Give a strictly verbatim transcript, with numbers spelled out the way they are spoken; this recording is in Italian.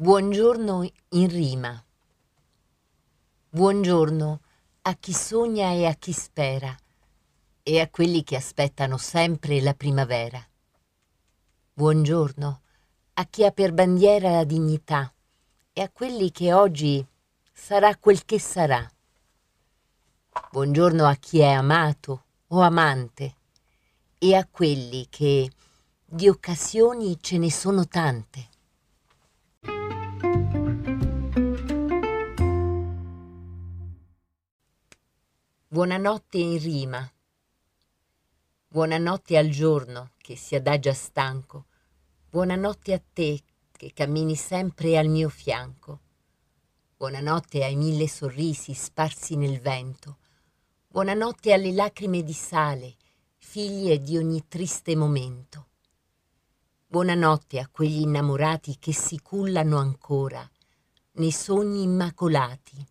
Buongiorno in rima. Buongiorno a chi sogna e a chi spera, e a quelli che aspettano sempre la primavera. Buongiorno a chi ha per bandiera la dignità e a quelli che oggi sarà quel che sarà. Buongiorno a chi è amato o amante e a quelli che di occasioni ce ne sono tante. Buonanotte in rima. Buonanotte al giorno che si adagia stanco. Buonanotte a te che cammini sempre al mio fianco. Buonanotte ai mille sorrisi sparsi nel vento. Buonanotte alle lacrime di sale, figlie di ogni triste momento. Buonanotte a quegli innamorati che si cullano ancora nei sogni immacolati.